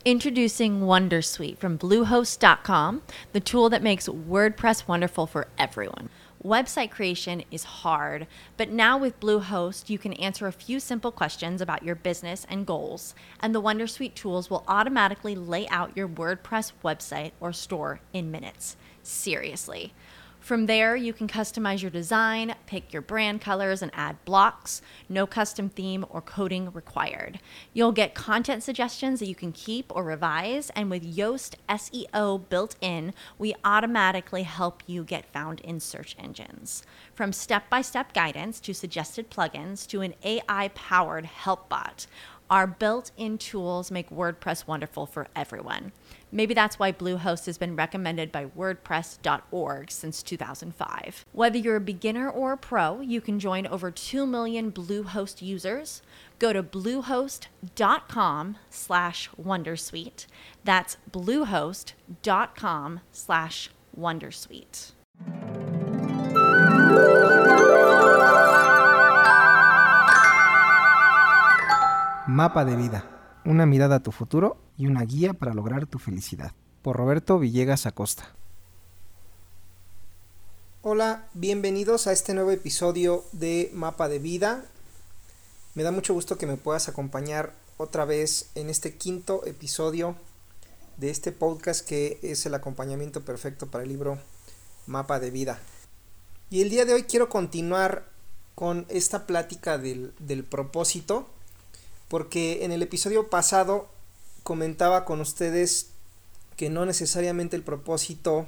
Introducing Wondersuite from Bluehost.com, the tool that makes WordPress wonderful for everyone. Website creation is hard, but now with Bluehost, you can answer a few simple questions about your business and goals, and the Wondersuite tools will automatically lay out your WordPress website or store in minutes. Seriously. From there, you can customize your design, pick your brand colors, and add blocks. No custom theme or coding required. You'll get content suggestions that you can keep or revise, and with Yoast SEO built in, we automatically help you get found in search engines. From step-by-step guidance to suggested plugins to an AI-powered help bot, our built-in tools make WordPress wonderful for everyone. Maybe that's why Bluehost has been recommended by WordPress.org since 2005. Whether you're a beginner or a pro, you can join over 2 million Bluehost users. Go to bluehost.com/wondersuite. That's bluehost.com/wondersuite. Mapa de vida, una mirada a tu futuro y una guía para lograr tu felicidad. Por Roberto Villegas Acosta. Hola, bienvenidos a este nuevo episodio de Mapa de Vida. Me da mucho gusto que me puedas acompañar otra vez en este quinto episodio de este podcast que es el acompañamiento perfecto para el libro Mapa de Vida. Y el día de hoy quiero continuar con esta plática del propósito, porque en el episodio pasado comentaba con ustedes que no necesariamente el propósito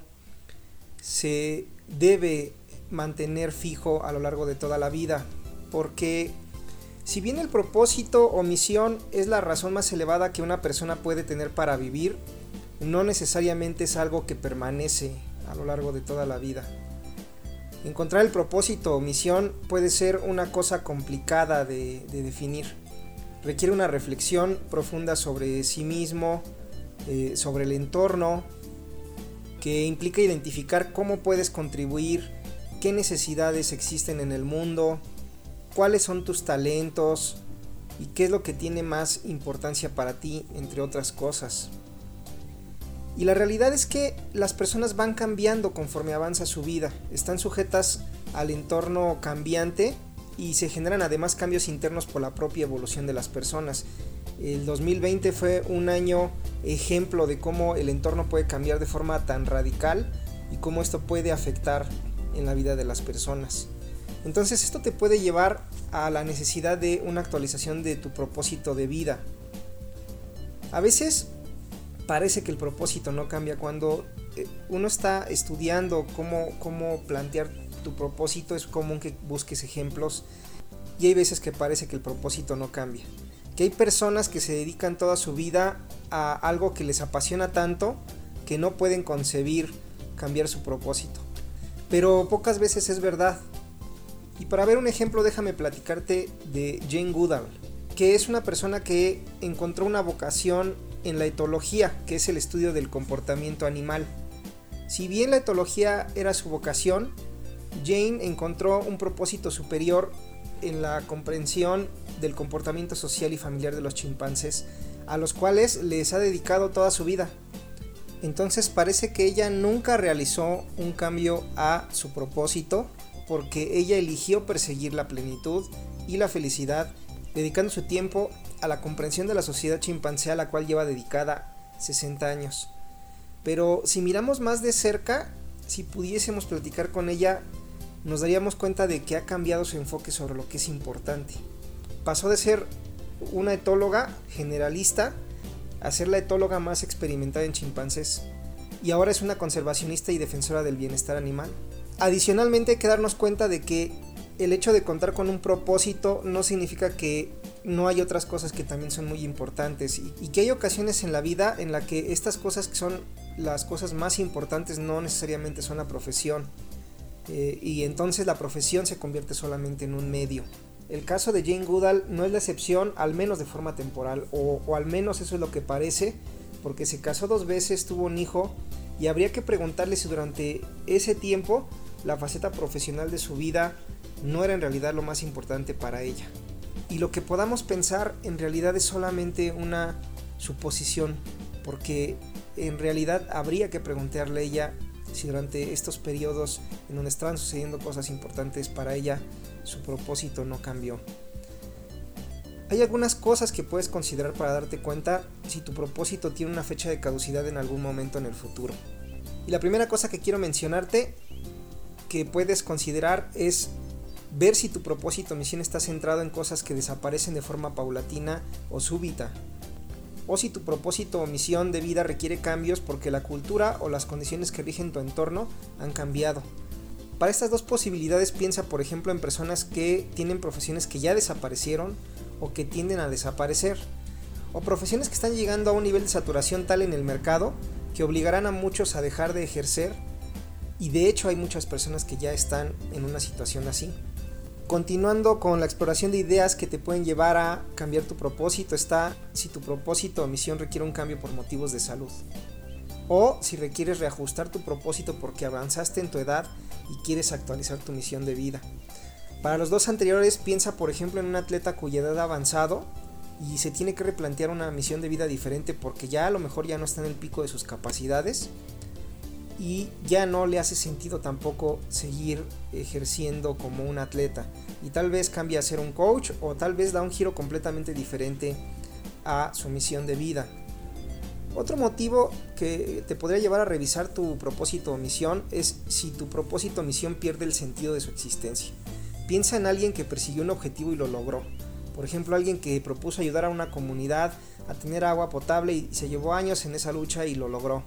se debe mantener fijo a lo largo de toda la vida, porque si bien el propósito o misión es la razón más elevada que una persona puede tener para vivir, no necesariamente es algo que permanece a lo largo de toda la vida. Encontrar el propósito o misión puede ser una cosa complicada de definir. Requiere una reflexión profunda sobre sí mismo, sobre el entorno, que implica identificar cómo puedes contribuir, qué necesidades existen en el mundo, cuáles son tus talentos y qué es lo que tiene más importancia para ti, entre otras cosas. Y la realidad es que las personas van cambiando conforme avanza su vida, están sujetas al entorno cambiante y se generan además cambios internos por la propia evolución de las personas. El 2020 fue un año ejemplo de cómo el entorno puede cambiar de forma tan radical y cómo esto puede afectar en la vida de las personas. Entonces esto te puede llevar a la necesidad de una actualización de tu propósito de vida. A veces parece que el propósito no cambia. Cuando uno está estudiando cómo plantear tu propósito, es común que busques ejemplos, y hay veces que parece que el propósito no cambia, que hay personas que se dedican toda su vida a algo que les apasiona tanto que no pueden concebir cambiar su propósito, pero pocas veces es verdad. Y para ver un ejemplo, déjame platicarte de Jane Goodall, que es una persona que encontró una vocación en la etología, que es el estudio del comportamiento animal. Si bien la etología era su vocación, Jane encontró un propósito superior en la comprensión del comportamiento social y familiar de los chimpancés, a los cuales les ha dedicado toda su vida. Entonces parece que ella nunca realizó un cambio a su propósito, porque ella eligió perseguir la plenitud y la felicidad, dedicando su tiempo a la comprensión de la sociedad chimpancé, a la cual lleva dedicada 60 años. Pero si miramos más de cerca, si pudiésemos platicar con ella, nos daríamos cuenta de que ha cambiado su enfoque sobre lo que es importante. Pasó de ser una etóloga generalista a ser la etóloga más experimentada en chimpancés, y ahora es una conservacionista y defensora del bienestar animal. Adicionalmente, hay que darnos cuenta de que el hecho de contar con un propósito no significa que no hay otras cosas que también son muy importantes, y que hay ocasiones en la vida en la que estas cosas que son las cosas más importantes no necesariamente son la profesión, y entonces la profesión se convierte solamente en un medio. El caso de Jane Goodall no es la excepción, al menos de forma temporal, o al menos eso es lo que parece, porque se casó 2 veces, tuvo un hijo, y habría que preguntarle si durante ese tiempo la faceta profesional de su vida no era en realidad lo más importante para ella. Y lo que podamos pensar en realidad es solamente una su posición, porque en realidad habría que preguntarle a ella si durante estos periodos en donde estaban sucediendo cosas importantes para ella, su propósito no cambió. Hay algunas cosas que puedes considerar para darte cuenta si tu propósito tiene una fecha de caducidad en algún momento en el futuro. Y la primera cosa que quiero mencionarte que puedes considerar es ver si tu propósito o misión está centrado en cosas que desaparecen de forma paulatina o súbita, o si tu propósito o misión de vida requiere cambios porque la cultura o las condiciones que rigen tu entorno han cambiado. Para estas dos posibilidades piensa por ejemplo en personas que tienen profesiones que ya desaparecieron o que tienden a desaparecer, o profesiones que están llegando a un nivel de saturación tal en el mercado que obligarán a muchos a dejar de ejercer, y de hecho hay muchas personas que ya están en una situación así. Continuando con la exploración de ideas que te pueden llevar a cambiar tu propósito está si tu propósito o misión requiere un cambio por motivos de salud, o si requieres reajustar tu propósito porque avanzaste en tu edad y quieres actualizar tu misión de vida. Para los dos anteriores piensa por ejemplo en un atleta cuya edad ha avanzado y se tiene que replantear una misión de vida diferente porque ya a lo mejor ya no está en el pico de sus capacidades y ya no le hace sentido tampoco seguir ejerciendo como un atleta, y tal vez cambia a ser un coach o tal vez da un giro completamente diferente a su misión de vida. Otro motivo que te podría llevar a revisar tu propósito o misión es si tu propósito o misión pierde el sentido de su existencia. Piensa en alguien que persiguió un objetivo y lo logró. Por ejemplo, alguien que propuso ayudar a una comunidad a tener agua potable y se llevó años en esa lucha y lo logró.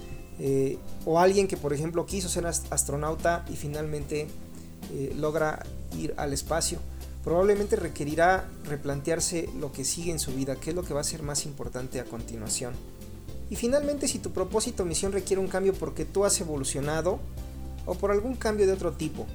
O alguien que por ejemplo quiso ser astronauta y finalmente logra ir al espacio. Probablemente requerirá replantearse lo que sigue en su vida, qué es lo que va a ser más importante a continuación. Y finalmente, si tu propósito o misión requiere un cambio porque tú has evolucionado o por algún cambio de otro tipo.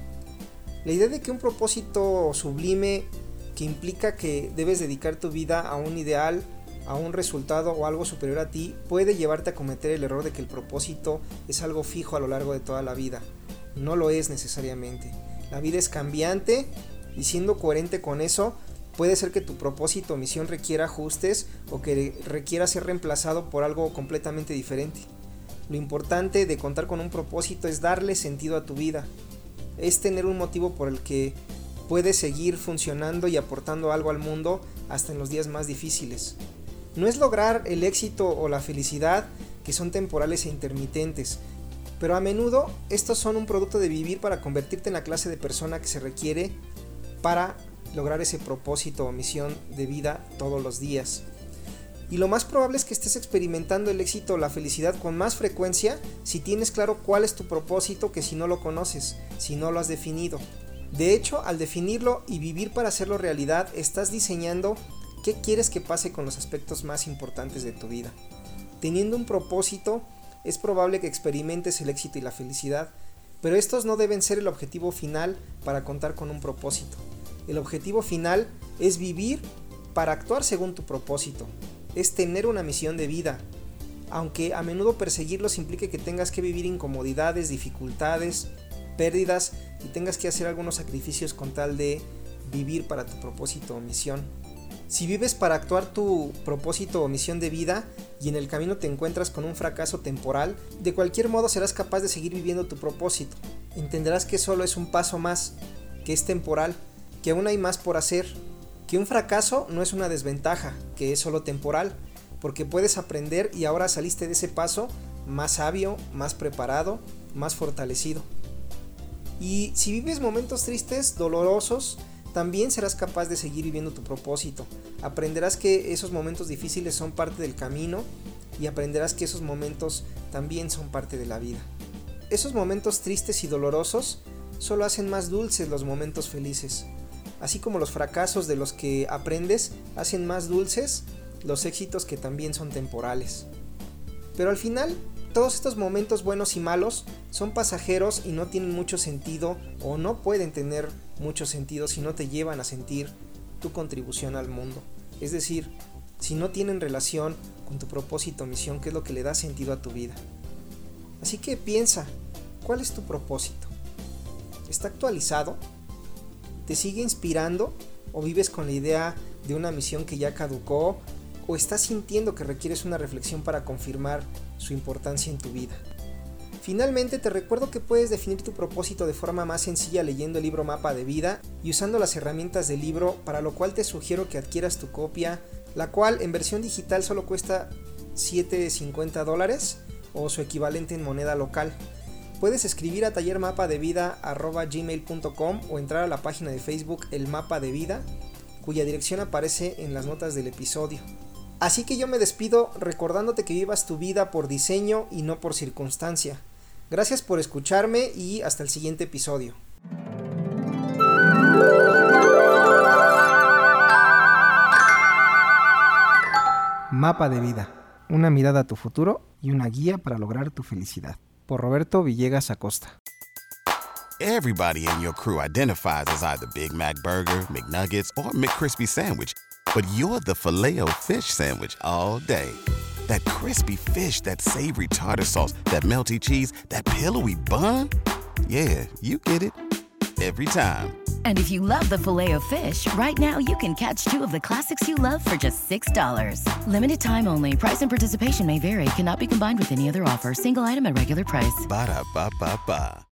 La idea de que un propósito sublime que implica que debes dedicar tu vida a un ideal, a un resultado o algo superior a ti, puede llevarte a cometer el error de que el propósito es algo fijo a lo largo de toda la vida. No lo es necesariamente. La vida es cambiante y siendo coherente con eso, puede ser que tu propósito o misión requiera ajustes o que requiera ser reemplazado por algo completamente diferente. Lo importante de contar con un propósito es darle sentido a tu vida. Es tener un motivo por el que puedes seguir funcionando y aportando algo al mundo hasta en los días más difíciles. No es lograr el éxito o la felicidad, que son temporales e intermitentes, pero a menudo estos son un producto de vivir para convertirte en la clase de persona que se requiere para lograr ese propósito o misión de vida todos los días. Y lo más probable es que estés experimentando el éxito o la felicidad con más frecuencia si tienes claro cuál es tu propósito que si no lo conoces, si no lo has definido. De hecho, al definirlo y vivir para hacerlo realidad, estás diseñando qué quieres que pase con los aspectos más importantes de tu vida. Teniendo un propósito, es probable que experimentes el éxito y la felicidad, pero estos no deben ser el objetivo final para contar con un propósito. El objetivo final es vivir para actuar según tu propósito, es tener una misión de vida, aunque a menudo perseguirlos implique que tengas que vivir incomodidades, dificultades, pérdidas y tengas que hacer algunos sacrificios con tal de vivir para tu propósito o misión. Si vives para actuar tu propósito o misión de vida y en el camino te encuentras con un fracaso temporal, de cualquier modo serás capaz de seguir viviendo tu propósito. Entenderás que solo es un paso más, que es temporal, que aún hay más por hacer, que un fracaso no es una desventaja, que es solo temporal, porque puedes aprender y ahora saliste de ese paso más sabio, más preparado, más fortalecido. Y si vives momentos tristes, dolorosos, también serás capaz de seguir viviendo tu propósito. Aprenderás que esos momentos difíciles son parte del camino y aprenderás que esos momentos también son parte de la vida. Esos momentos tristes y dolorosos solo hacen más dulces los momentos felices. Así como los fracasos de los que aprendes hacen más dulces los éxitos que también son temporales. Pero al final, todos estos momentos buenos y malos son pasajeros y no tienen mucho sentido o no pueden tener mucho sentido si no te llevan a sentir tu contribución al mundo. Es decir, si no tienen relación con tu propósito o misión, que es lo que le da sentido a tu vida. Así que piensa, ¿cuál es tu propósito? ¿Está actualizado? ¿Te sigue inspirando o vives con la idea de una misión que ya caducó o estás sintiendo que requieres una reflexión para confirmar su importancia en tu vida. Finalmente, te recuerdo que puedes definir tu propósito de forma más sencilla leyendo el libro Mapa de Vida y usando las herramientas del libro, para lo cual te sugiero que adquieras tu copia, la cual en versión digital solo cuesta $7.50 o su equivalente en moneda local. Puedes escribir a tallermapadevida@gmail.com o entrar a la página de Facebook El Mapa de Vida, cuya dirección aparece en las notas del episodio. Así que yo me despido recordándote que vivas tu vida por diseño y no por circunstancia. Gracias por escucharme y hasta el siguiente episodio. Mapa de Vida, una mirada a tu futuro y una guía para lograr tu felicidad. Por Roberto Villegas Acosta. Everybody in your crew identifies as either Big Mac Burger, McNuggets, or McCrispy Sandwich. But you're the Filet-O-Fish Sandwich all day. That crispy fish, that savory tartar sauce, that melty cheese, that pillowy bun. Yeah, you get it. Every time. And if you love the Filet-O-Fish, right now you can catch 2 of the classics you love for just $6. Limited time only. Price and participation may vary. Cannot be combined with any other offer. Single item at regular price. Ba-da-ba-ba-ba.